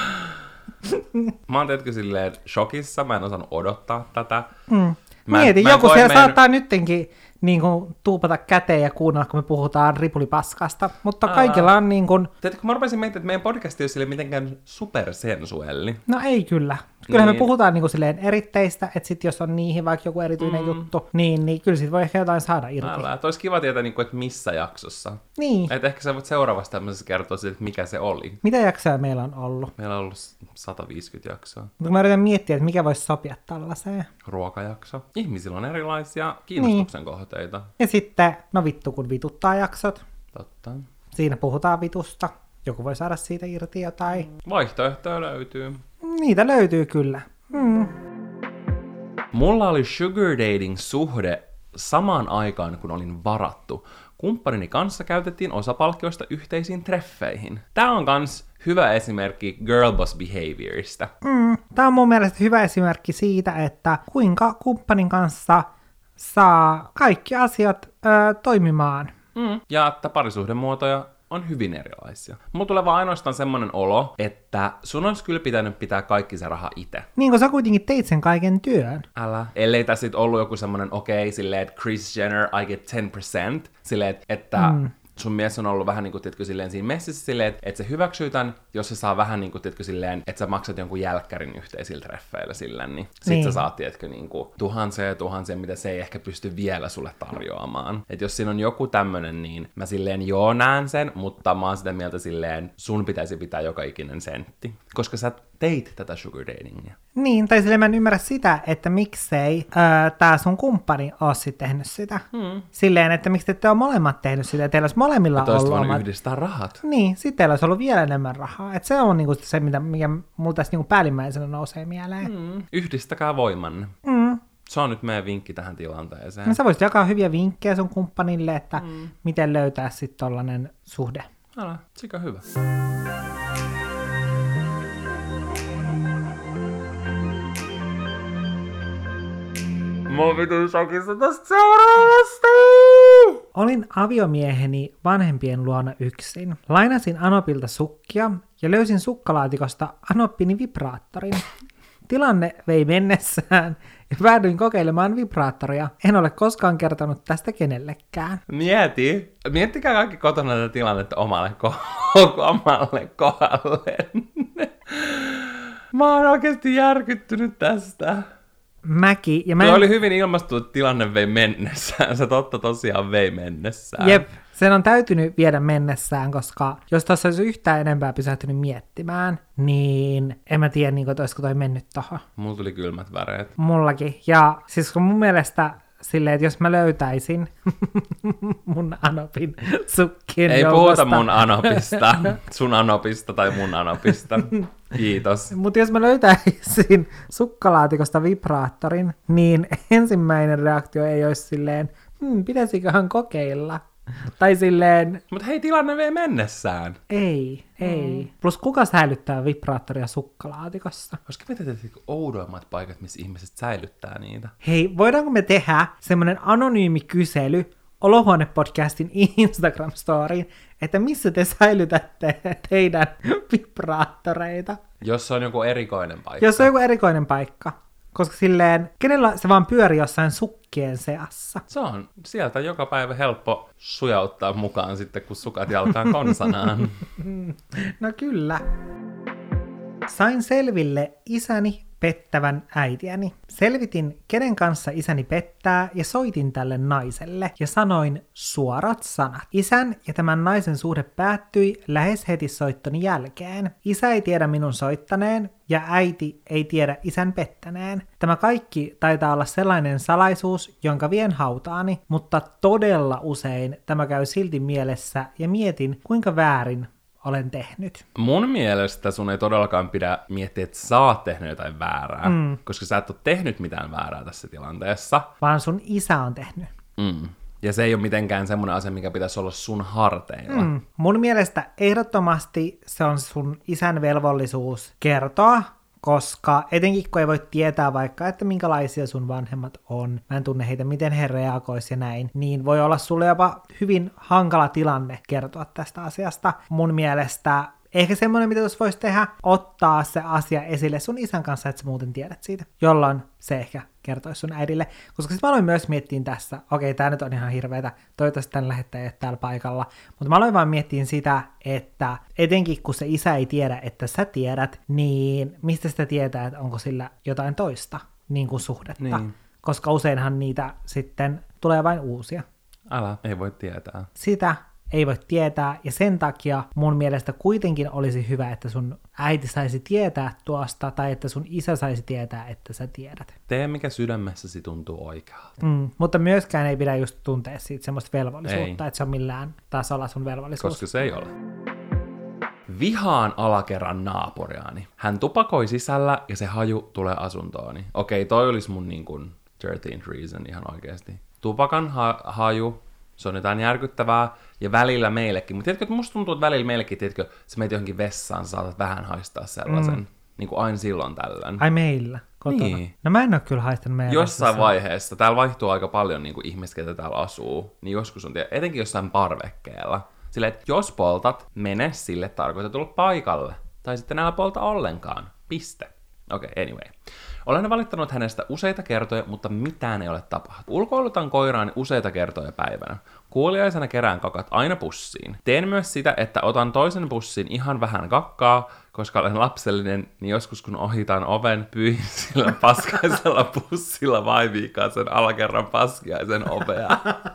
Mä oon teetkö silleen shokissa, mä en osannut odottaa tätä. Mieti, joku siellä saattaa nyttenkin niin kuin, tuupata käteen ja kuunnella, kun me puhutaan ripulipaskasta, mutta kaikilla on niin kuin... Tiedätkö, kun mä rupesin miettimään, että meidän podcast ei ole silleen mitenkään supersensuelli. No ei kyllä. Kyllähän me puhutaan niin kuin silleen eritteistä, että sit jos on niihin vaikka joku erityinen juttu, niin kyllä sit voi ehkä jotain saada irti. Että olisi kiva tietää, että missä jaksossa. Niin. Että ehkä sä voit seuraavassa tämmöisessä kertoa siitä, että mikä se oli. Mitä jaksoja meillä on ollut? Meillä on ollut 150 jaksoa. Mutta mä yritän miettiä, että mikä voisi sopia tällaiseen. Ruokajakso. Ihmisillä on erilaisia kiinnostuksen kohteita. Ja sitten, no vittu kun vituttaa jaksot. Totta. Siinä puhutaan vitusta. Joku voi saada siitä irti jotain. Vaihtoehtoja löytyy. Niitä löytyy kyllä. Mulla oli sugar dating suhde samaan aikaan, kun olin varattu. Kumppanini kanssa käytettiin osapalkkioista yhteisiin treffeihin. Tää on kans hyvä esimerkki girlboss behaviorista. Tää on mun mielestä hyvä esimerkki siitä, että kuinka kumppanin kanssa saa kaikki asiat toimimaan Ja että parisuhdemuotoja on hyvin erilaisia. Mulla tulee vaan ainoastaan semmonen olo, että sun olisi kyllä pitänyt pitää kaikki se raha itse. Niin, kun sä kuitenkin teit sen kaiken työn. Älä. Ellei tässä sit ollut joku semmonen, silleen, että Kris Jenner, I get 10%, silleen, että sun mies on ollut vähän niinku, tiedätkö, silleen siinä messissä silleen, että se hyväksyy tän, jos se saa vähän niinku, tiedätkö, silleen, että sä maksat jonkun jälkkärin yhteisillä treffeillä silleen, niin sit sä saat, tiedätkö, niinku tuhansia, mitä se ei ehkä pysty vielä sulle tarjoamaan. Et jos siinä on joku tämmönen, niin mä silleen näen sen, mutta mä oon sitä mieltä silleen, sun pitäisi pitää joka ikinen sentti. Koska sä teit tätä sugar datingia. Niin, tai silleen mä en ymmärrä sitä, että miksei tää sun kumppani oo sit tehnyt sitä. Silleen, että miksi te ette ole molemmat tehnyt sitä, teillä olisi molemmilla ollut voinut yhdistää rahat. Niin, sitten teillä olisi ollut vielä enemmän rahaa. Et se on niinku se, mikä mulla tässä niinku päällimmäisenä nousee mieleen. Yhdistäkää voimanne. Se on nyt meidän vinkki tähän tilanteeseen. No, sä voisit jakaa hyviä vinkkejä sun kumppanille, että miten löytää sitten tollanen suhde. Älä, sika hyvä. Mä vitun shokissa tästä seuraavasti! Olin aviomieheni vanhempien luona yksin. Lainasin Anopilta sukkia ja löysin sukkalaatikosta Anoppini vibraattorin. Tilanne vei mennessään ja päädyin kokeilemaan vibraattoria. En ole koskaan kertonut tästä kenellekään. Miettikää kaikki kotona tätä tilannetta omalle kohdalle. Mä oon oikeesti järkyttynyt tästä. Tuo oli hyvin ilmastunut, että tilanne vei mennessään. Se totta tosiaan vei mennessään. Jep, sen on täytynyt viedä mennessään, koska jos tuossa olisi yhtään enempää pysähtynyt miettimään, niin en mä tiedä, niin olisiko toi mennyt tohon. Mulla tuli kylmät väreet. Mullakin. Ja siis kun mun mielestä silleen, että jos mä löytäisin mun Anopin sukkien ei joukosta. Puhuta mun Anopista, sun Anopista tai mun Anopista. Kiitos. Mutta jos mä löytäisin sukkalaatikosta vibraattorin, niin ensimmäinen reaktio ei olisi silleen, pitäisiköhän kokeilla. Tai silleen... Mutta hei, tilanne vei mennessään. Ei. Plus kuka säilyttää vibraattoria sukkalaatikossa? Koska me tehdään oudoimmat paikat, missä ihmiset säilyttää niitä. Hei, voidaanko me tehdä semmoinen anonyymi kysely Olohuone-podcastin Instagram-storiin, että missä te säilytätte teidän vibraattoreita? Jos se on joku erikoinen paikka. Jos se on joku erikoinen paikka. Koska silleen, kenellä se vaan pyörii jossain sukkien seassa? Se on. Sieltä joka päivä helppo sujauttaa mukaan sitten, kun sukat jalkaan konsanaan. No kyllä. Sain selville isäni pettävän äitiäni. Selvitin, kenen kanssa isäni pettää ja soitin tälle naiselle ja sanoin suorat sanat. Isän ja tämän naisen suhde päättyi lähes heti soittoni jälkeen. Isä ei tiedä minun soittaneen ja äiti ei tiedä isän pettäneen. Tämä kaikki taitaa olla sellainen salaisuus, jonka vien hautaani, mutta todella usein tämä käy silti mielessä ja mietin, kuinka väärin olen tehnyt. Mun mielestä sun ei todellakaan pidä miettiä, että sä oot tehnyt jotain väärää, koska sä et ole tehnyt mitään väärää tässä tilanteessa. Vaan sun isä on tehnyt. Ja se ei ole mitenkään semmoinen asia, mikä pitäisi olla sun harteilla. Mun mielestä ehdottomasti se on sun isän velvollisuus kertoa, koska etenkin kun ei voi tietää vaikka, että minkälaisia sun vanhemmat on, mä en tunne heitä, miten he reagois ja näin, niin voi olla sulle jopa hyvin hankala tilanne kertoa tästä asiasta. Mun mielestä ehkä semmoinen, mitä tuossa voisi tehdä, ottaa se asia esille sun isän kanssa, että sä muuten tiedät siitä, jolloin se ehkä kertoisi sun äidille. Koska sitten mä aloin myös miettiä tässä, okei, tää nyt on ihan hirveetä, toivottavasti tämän lähettäjä ei ole täällä paikalla, mutta mä aloin vaan miettiä sitä, että etenkin kun se isä ei tiedä, että sä tiedät, niin mistä sitä tietää, että onko sillä jotain toista niin kuin suhdetta. Niin. Koska useinhan niitä sitten tulee vain uusia. Ei voi tietää. Sitä ei voi tietää, ja sen takia mun mielestä kuitenkin olisi hyvä, että sun äiti saisi tietää tuosta, tai että sun isä saisi tietää, että sä tiedät. Tee mikä sydämessäsi tuntuu oikealta. Mutta myöskään ei pidä just tuntea siitä semmoista velvollisuutta, että se on millään tasolla sun velvollisuus. Koska se ei ole. Vihaan alakerran naapuriani. Hän tupakoi sisällä ja se haju tulee asuntooni. Okei, toi olisi mun niin kuin 13th reason ihan oikeasti. Tupakan haju. Se on jotain järkyttävää, ja välillä meillekin. Mutta tiedätkö, että musta tuntuu, että välillä meillekin, tiedätkö, sä menet johonkin vessaan, sä saatat vähän haistaa sellaisen, niin kuin aina silloin tällöin. Ai meillä? kotona. Niin. No mä en oo kyllä haistanut meidän Jossain vaiheessa, täällä vaihtuu aika paljon niin kuin ihmisiä, ketä täällä asuu, niin joskus on, etenkin jossain parvekkeella. Silleen, että jos poltat, mene sille tarkoitetulle paikalle. Tai sitten älä polta ollenkaan. Piste. Okei, anyway. Olen valittanut hänestä useita kertoja, mutta mitään ei ole tapahtunut. Ulkoilutan koiraani useita kertoja päivänä. Kuuliaisena kerään kakat aina pussiin. Teen myös sitä, että otan toisen pussin ihan vähän kakkaa, koska olen lapsellinen, niin joskus kun ohitan oven, pyin sillä paskaisella pussilla vaiviikaan sen alakerran paskiaisen ovea.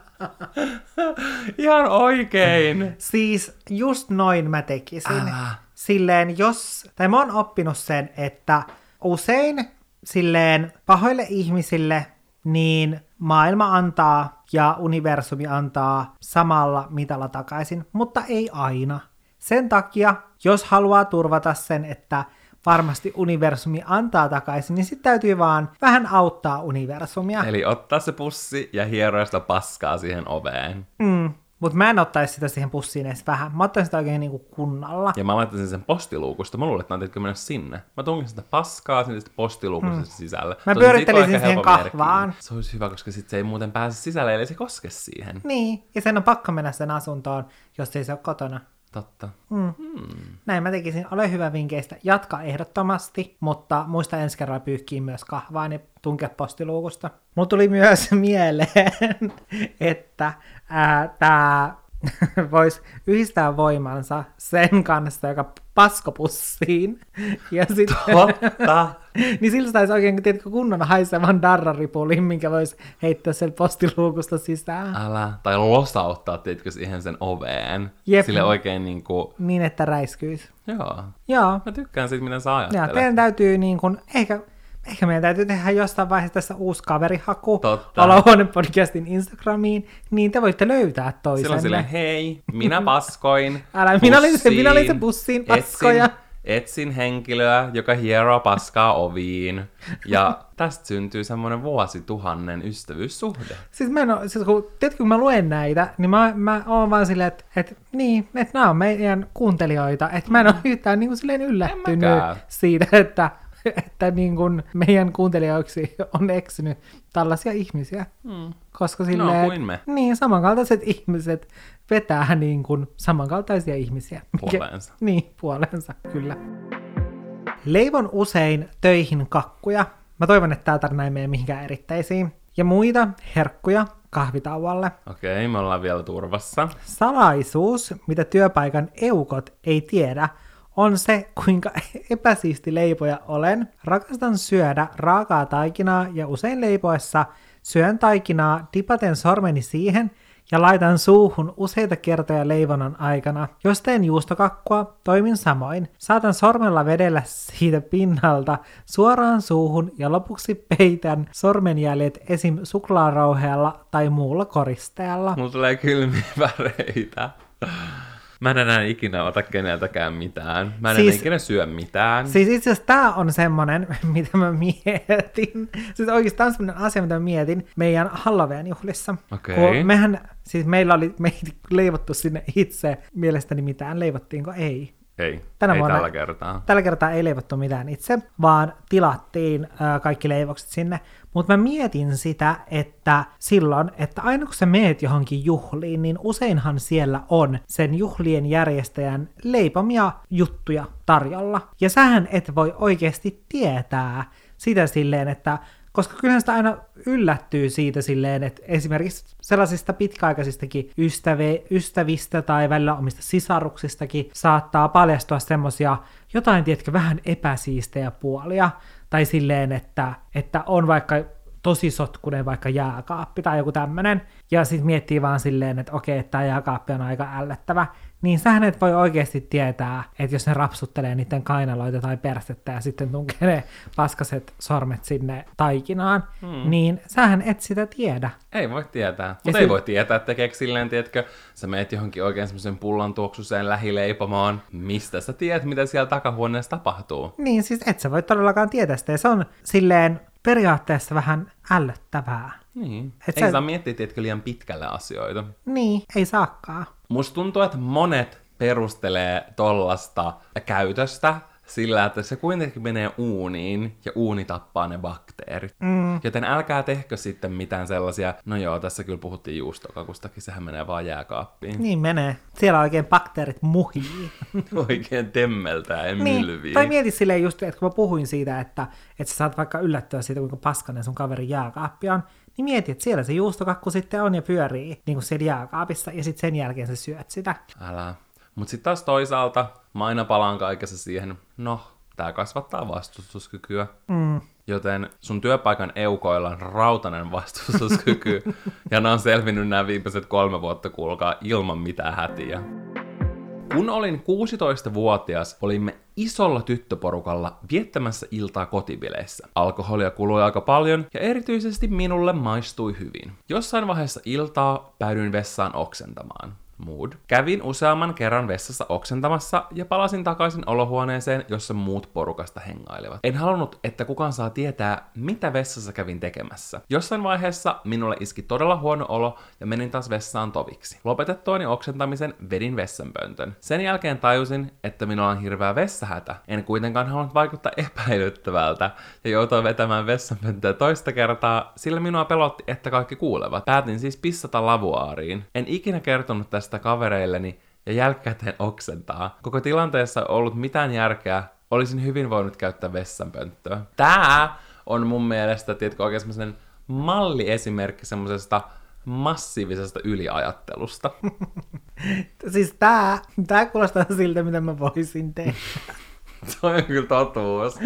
Ihan oikein. Siis just noin mä tekisin. Silleen mä oon oppinut sen, että usein silleen pahoille ihmisille niin maailma antaa ja universumi antaa samalla mitalla takaisin, mutta ei aina. Sen takia, jos haluaa turvata sen, että varmasti universumi antaa takaisin, niin sitten täytyy vaan vähän auttaa universumia. Eli ottaa se pussi ja hieroa sitä paskaa siihen oveen. Mutta mä en ottaisi sitä siihen pussiin edes vähän. Mä ottaisin sitä oikein niinku kunnolla. Ja mä laittaisin sen postiluukusta. Mä luulen, että mä mennä sinne. Mä tungin sitä paskaa sinne postiluukusta sisälle. Mä pyörittelisin siihen kahvaan. Se olisi hyvä, koska sit se ei muuten pääse sisälle, eli se koske siihen. Niin, ja sen on pakko mennä sen asuntoon, jos ei se ole kotona. Totta. Näin mä tekisin. Ole hyvä vinkkeistä. Jatka ehdottomasti, mutta muista ensi kerralla pyyhkiä myös kahvaan ja tunkea postiluukusta. Mulla tuli myös mieleen, että tää voisi yhdistää voimansa sen kanssa, joka paskopussiin. Ja sitten, Totta! niin sillä saisi oikein tiedätkö, kunnon haisevan darraripulin, minkä voisi heittää sen postiluukusta sisään. Älä. Tai losauttaa, tiedätkö, siihen sen oveen. Jep. Sille oikein niinku... Niin, että räiskyisi. Joo. Mä tykkään siitä, miten sä ajattelet. Ja teidän täytyy niin kuin, ehkä meidän täytyy tehdä jossain vaiheessa tässä uusi kaverihaku Totta. Olohuone-podcastin Instagramiin, niin te voitte löytää toisenne. Silloin silleen, hei, minä paskoin minä olin se pussiin paskoja. Etsin henkilöä, joka hieroo paskaa oviin. Ja tästä syntyy semmoinen vuosituhannen ystävyyssuhde. Siis tiedätkö, kun mä luen näitä, niin mä oon vaan silleen, että nämä on meidän kuuntelijoita. Että mä en ole yhtään niin kuin silleen yllättynyt siitä, että niin kuin meidän kuuntelijoiksi on eksynyt tällaisia ihmisiä. Koska silleen, kuin me. Niin, samankaltaiset ihmiset vetää niin kuin samankaltaisia ihmisiä. Puoleensa. Niin, puoleensa, kyllä. Leivon usein töihin kakkuja. Mä toivon, että tää tarina ei mene mihinkään eritteisiin. Ja muita herkkuja kahvitauolle. Okei, me ollaan vielä turvassa. Salaisuus, mitä työpaikan eukot ei tiedä, on se, kuinka epäsiisti leipoja olen. Rakastan syödä raakaa taikinaa ja usein leipoessa syön taikinaa, dipaten sormeni siihen ja laitan suuhun useita kertoja leivonnan aikana. Jos teen juustokakkua, toimin samoin. Saatan sormella vedellä siitä pinnalta suoraan suuhun ja lopuksi peitän sormenjäljet esim. Suklaarauheella tai muulla koristeella. Mulla tulee kylmiä väreitä. Mä en enää ikinä ota keneltäkään mitään. Mä en enää ikinä syö mitään. Siis itse asiassa tää on semmonen, mitä mä mietin. Siis oikeastaan on semmonen asia, mitä mä mietin meidän Halloween-juhlissa. Okei. Meillä oli leivottu sinne itse. Mielestäni mitään. Leivottiinko? Ei. Ei vuonna, tällä kertaa. Tällä kertaa ei leivottu mitään itse, vaan tilattiin kaikki leivokset sinne. Mutta mä mietin sitä, että silloin, että aina kun sä meet johonkin juhliin, niin useinhan siellä on sen juhlien järjestäjän leipomia juttuja tarjolla. Ja sähän et voi oikeasti tietää sitä silleen, että koska kyllähän sitä aina yllättyy siitä silleen, että esimerkiksi sellaisista pitkäaikaisistakin ystävistä tai välillä omista sisaruksistakin saattaa paljastua semmosia jotain, tiedätkö, vähän epäsiistejä puolia. Tai silleen, että on vaikka tosi sotkunen vaikka jääkaappi tai joku tämmönen. Ja sit miettii vaan silleen, että okei, että tää jääkaappi on aika ällöttävä. Niin sähän et voi oikeasti tietää, että jos ne rapsuttelee niiden kainaloita tai perstettä ja sitten tunkee ne paskaset sormet sinne taikinaan, niin sähän et sitä tiedä. Ei voi tietää. Mutta ei voi tietää, että tekeekö silleen, tiedätkö, sä meet johonkin oikein semmoisen pullan tuoksuseen lähileipomaan. Mistä sä tiedät, mitä siellä takahuoneessa tapahtuu? Niin, siis et sä voi todellakaan tietää sitä. Ja se on silleen periaatteessa vähän ällöttävää. Niin. Ei saa miettiä, tiedätkö, liian pitkälle asioita. Niin, ei saakaan. Musta tuntuu, että monet perustelee tollasta käytöstä sillä, että se kuitenkin menee uuniin ja uuni tappaa ne bakteerit. Joten älkää tehkö sitten mitään sellaisia, no joo, tässä kyllä puhuttiin juustokakustakin, sehän menee vaan jääkaappiin. Niin menee. Siellä oikein bakteerit muhii. Oikein temmeltää ja mylvii. Tai mieti silleen just, että kun mä puhuin siitä, että sä saat vaikka yllättyä siitä, kuinka paskanen sun kaverin jääkaappi on, niin mieti, että siellä se juustokakku sitten on ja pyörii niin kuin siellä jääkaapissa, ja sitten sen jälkeen sä syöt sitä. Älä. Mut sitten taas toisaalta, mä aina palaan kaikessa siihen, no, tää kasvattaa vastustuskykyä. Joten sun työpaikan eukoilla on rautainen vastustuskyky, ja ne on selvinnyt nämä viimeiset 3 vuotta, kuulkaa, ilman mitään hätiä. Kun olin 16-vuotias, olimme isolla tyttöporukalla viettämässä iltaa kotibileissä. Alkoholia kului aika paljon ja erityisesti minulle maistui hyvin. Jossain vaiheessa iltaa päädyin vessaan oksentamaan. Mood. Kävin useamman kerran vessassa oksentamassa ja palasin takaisin olohuoneeseen, jossa muut porukasta hengailivat. En halunnut, että kukaan saa tietää, mitä vessassa kävin tekemässä. Jossain vaiheessa minulle iski todella huono olo ja menin taas vessaan toviksi. Lopetettuani oksentamisen vedin vessanpöntön. Sen jälkeen tajusin, että minulla on hirveä vessahätä. En kuitenkaan halunnut vaikuttaa epäilyttävältä ja joutua vetämään vessanpönttöä toista kertaa, sillä minua pelotti, että kaikki kuulevat. Päätin siis pissata lavuaariin. En ikinä kertonut tästä kavereilleni ja jälkikäteen oksentaa. Koko tilanteessa ei ollut mitään järkeä, olisin hyvin voinut käyttää vessanpönttöä. Tää on mun mielestä, tiedätkö, oikein semmoinen malliesimerkki semmosesta massiivisesta yliajattelusta. Siis tää kuulostaa siltä, mitä mä voisin tehdä. Se on kyllä totuus.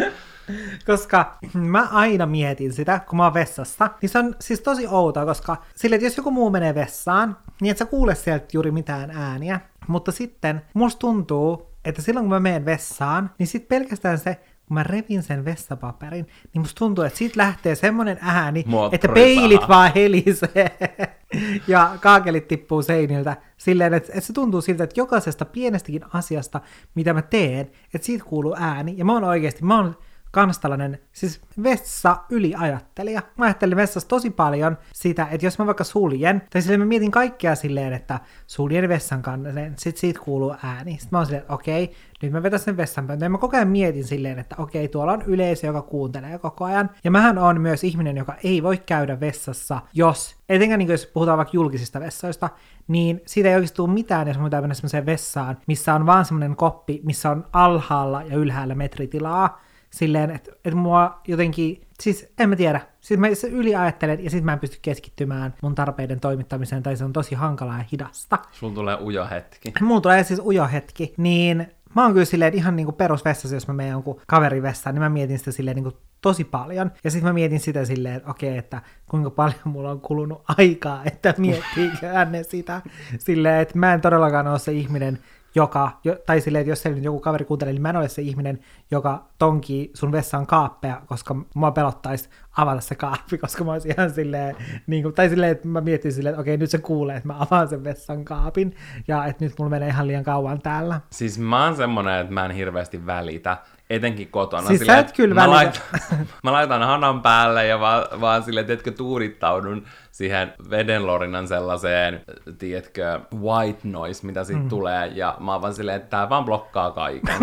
Koska mä aina mietin sitä, kun mä oon vessassa, niin se on siis tosi outoa, koska sille, että jos joku muu menee vessaan, niin et sä kuule sieltä juuri mitään ääniä, mutta sitten musta tuntuu, että silloin kun mä menen vessaan, niin sit pelkästään se, kun mä revin sen vessapaperin, niin musta tuntuu, että siitä lähtee semmonen ääni, että peilit vaan helisee ja kaakelit tippuu seiniltä silleen, että se tuntuu siltä, että jokaisesta pienestäkin asiasta, mitä mä teen, että siitä kuuluu ääni, ja mä oon kans tällainen, siis vessa yliajattelija. Mä ajattelin vessassa tosi paljon sitä, että jos mä vaikka suljen, tai silleen mä mietin kaikkea silleen, että suljen vessan kannalleen, sit siitä kuuluu ääni. Sitten mä oon silleen, että okei, nyt mä vetän sen vessanpöntön. Ja mä koko ajan mietin silleen, että okei, tuolla on yleisö, joka kuuntelee koko ajan. Ja mähän on myös ihminen, joka ei voi käydä vessassa, etenkään niin jos puhutaan vaikka julkisista vessoista, niin siitä ei oikeasti tule mitään, jos mä pitää mennä semmoiseen vessaan, missä on vaan semmoinen koppi, missä on alhaalla ja ylhäällä metritilaa. Silleen, että mua jotenkin, siis en mä tiedä, siis mä yliajattelen ja sit mä en pysty keskittymään mun tarpeiden toimittamiseen, tai se on tosi hankalaa ja hidasta. Sulla tulee ujo hetki. Mulla tulee siis ujo hetki, niin mä oon kyllä silleen ihan niinku perusvessassa, jos mä menen jonkun kaverin vessaan, niin mä mietin sitä silleen niinku tosi paljon. Ja sit mä mietin sitä silleen, että okei, että kuinka paljon mulla on kulunut aikaa, että miettiikö hänne sitä. Silleen, että mä en todellakaan ole se ihminen, tai silleen, että jos se nyt joku kaveri kuuntelee, niin mä en ole se ihminen, joka tonkii sun vessan kaappeja, koska mua pelottaisi avata se kaappi, koska mä olisin ihan silleen, niin kuin, tai silleen, että mä mietin silleen, että okei, nyt se kuulee, että mä avaan sen vessan kaapin, ja että nyt mulla menee ihan liian kauan täällä. Siis mä oon semmonen, että mä en hirveästi välitä, etenkin kotona. Siis silleen, sä et kyllä välitä. Mä laitan hanan päälle ja vaan silleen, tiedätkö, tuurittaudun siihen vedenlorinan sellaiseen, tiedätkö, white noise, mitä siitä tulee, ja mä oon vaan silleen, että tää vaan blokkaa kaiken.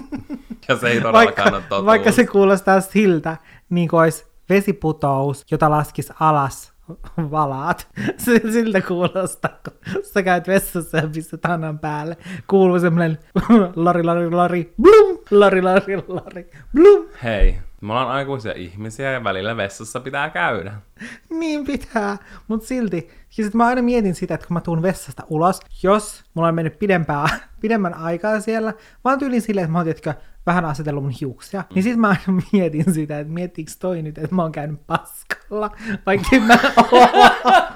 Ja se ei todellakaan ole totuus. Vaikka se kuulostaa siltä, niin kuin olisi vesiputous, jota laskisi alas valaat. Siltä kuulostaa, kun sä käyt vessassa ja pistät hanan päälle. Kuuluu semmoinen lori, lori, lori, blum, lori, lori, lori, blum. Hei, me ollaan aikuisia ihmisiä ja välillä vessassa pitää käydä. Niin pitää, mutta silti. Ja sit mä aina mietin sitä, että kun mä tuun vessasta ulos, jos mulla on mennyt pidemmän aikaa siellä, mä oon tyylin silleen, että mä oon tietkö vähän asetellut mun hiuksia, niin sit mä aina mietin sitä, että miettiinkö toi nyt, että mä oon käynyt paskalla, vaikka mä oon.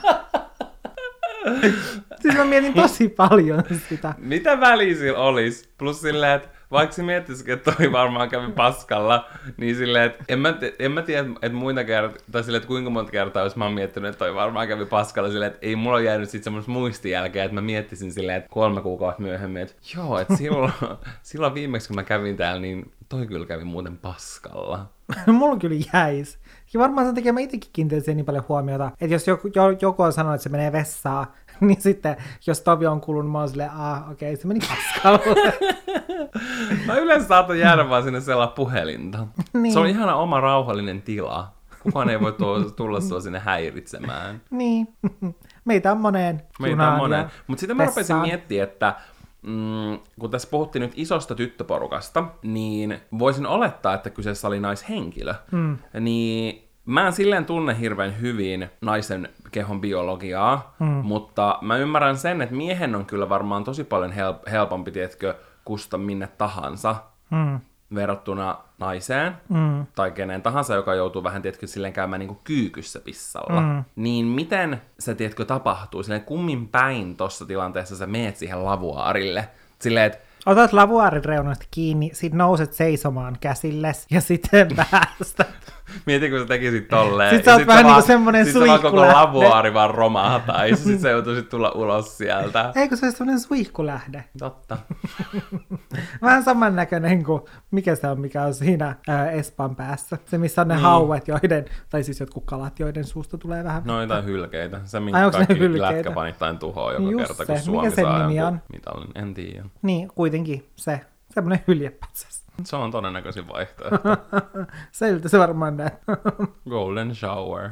Siis mä mietin tosi paljon sitä. Mitä väliä sillä olisi? Plus silleen, että vaikka se miettisikin, että toi varmaan kävi paskalla, niin silleen, että en mä tiedä, että muita kertaa, tai silleen, että kuinka monta kertaa jos mä oon miettinyt, että toi varmaan kävi paskalla, silleen, että ei mulla ole jäänyt sit semmoista muistijälkeä, että mä miettisin silleen, että 3 kuukautta myöhemmin, että joo, että silloin viimeksi kun mä kävin täällä, niin toi kyllä kävi muuten paskalla. Mulla kyllä jäis. Ja varmaan sen takia mä itsekin kiinnitin siihen niin paljon huomiota, että jos joku on sanonut, että se menee vessaan, niin sitten jos Tovi on kulunut, mä oon silleen, okei, se meni paskalle. Mä yleensä saatan jäädä vaan sinne sellainen puhelinta. Niin. Se on ihana oma rauhallinen tila. Kukaan ei voi tulla sua sinne häiritsemään. Niin. Meitä on moneen junaan. Mutta sitten mä rupesin miettimään, että kun tässä puhuttiin nyt isosta tyttöporukasta, niin voisin olettaa, että kyseessä oli naishenkilö. Niin mä en silleen tunne hirveän hyvin naisen kehon biologiaa, mutta mä ymmärrän sen, että miehen on kyllä varmaan tosi paljon helpompi, tiedätkö, kusta minne tahansa verrattuna naiseen, tai kenen tahansa, joka joutuu vähän, tiedätkö, silleen käymään niin kuin kyykyssä pissalla. Niin miten se, tiedätkö, tapahtuu? Silleen kummin päin tuossa tilanteessa sä meet siihen lavuaarille? Silleen, että otat lavuaarin reunoista kiinni, sit nouset seisomaan käsilles ja sitten päästä. Mieti, kun sä tekisit tolleen. Sitten sä oot vähän niinku semmonen suihkulähde. Sitten koko lavuaari vaan romahtaisi, sit sä joutuisit tulla ulos sieltä. Eikö se ole semmonen suihkulähde? Totta. Vähän samannäköinen kuin, mikä on siinä Espan päässä. Se, missä on ne hauet, tai siis jotkut kalat, joiden suusta tulee vähän. No jotain hylkeitä. Se, minkä kaikki lätkäpanittain tuhoaa joka kerta, kun Suomi saa jonkun mitallin. En tiedä. Niin, kuitenkin se. Semmoinen hyljepatsas. Se on todennäköisin vaihtoehto. Siltä se varmaan näet. Golden shower.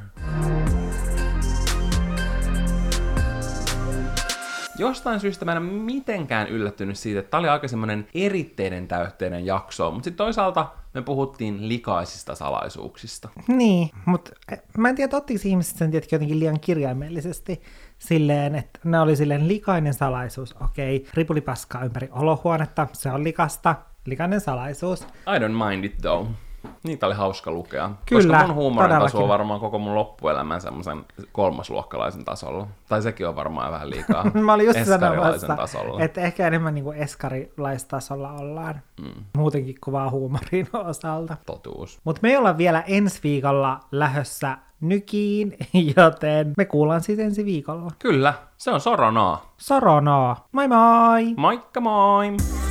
Jostain syystä mä en ole mitenkään yllättynyt siitä, että tää oli aika semmonen eritteinen täytteinen jakso, mutta sitten toisaalta me puhuttiin likaisista salaisuuksista. Niin, mutta mä en tiedä, ottiko ihmiset sen jotenkin liian kirjaimellisesti silleen, että ne oli silleen likainen salaisuus. Okei, ripulipaskaa ympäri olohuonetta, se on likainen salaisuus. I don't mind it though. Niitä oli hauska lukea. Kyllä, koska mun huumorin todellakin. taso on varmaan koko mun loppuelämän semmoisen kolmasluokkalaisen tasolla. Tai sekin on varmaan vähän liikaa mä olin just eskarilaisen sanomassa, tasolla. että ehkä enemmän niin kuin eskarilaistasolla ollaan. Muutenkin kovaa huumorin osalta. Totuus. Mutta me ollaan vielä ensi viikolla lähdössä Nykiin, joten me kuullaan siis ensi viikolla. Kyllä, se on soronaa. Soronaa. Moi moi! Moikka moi!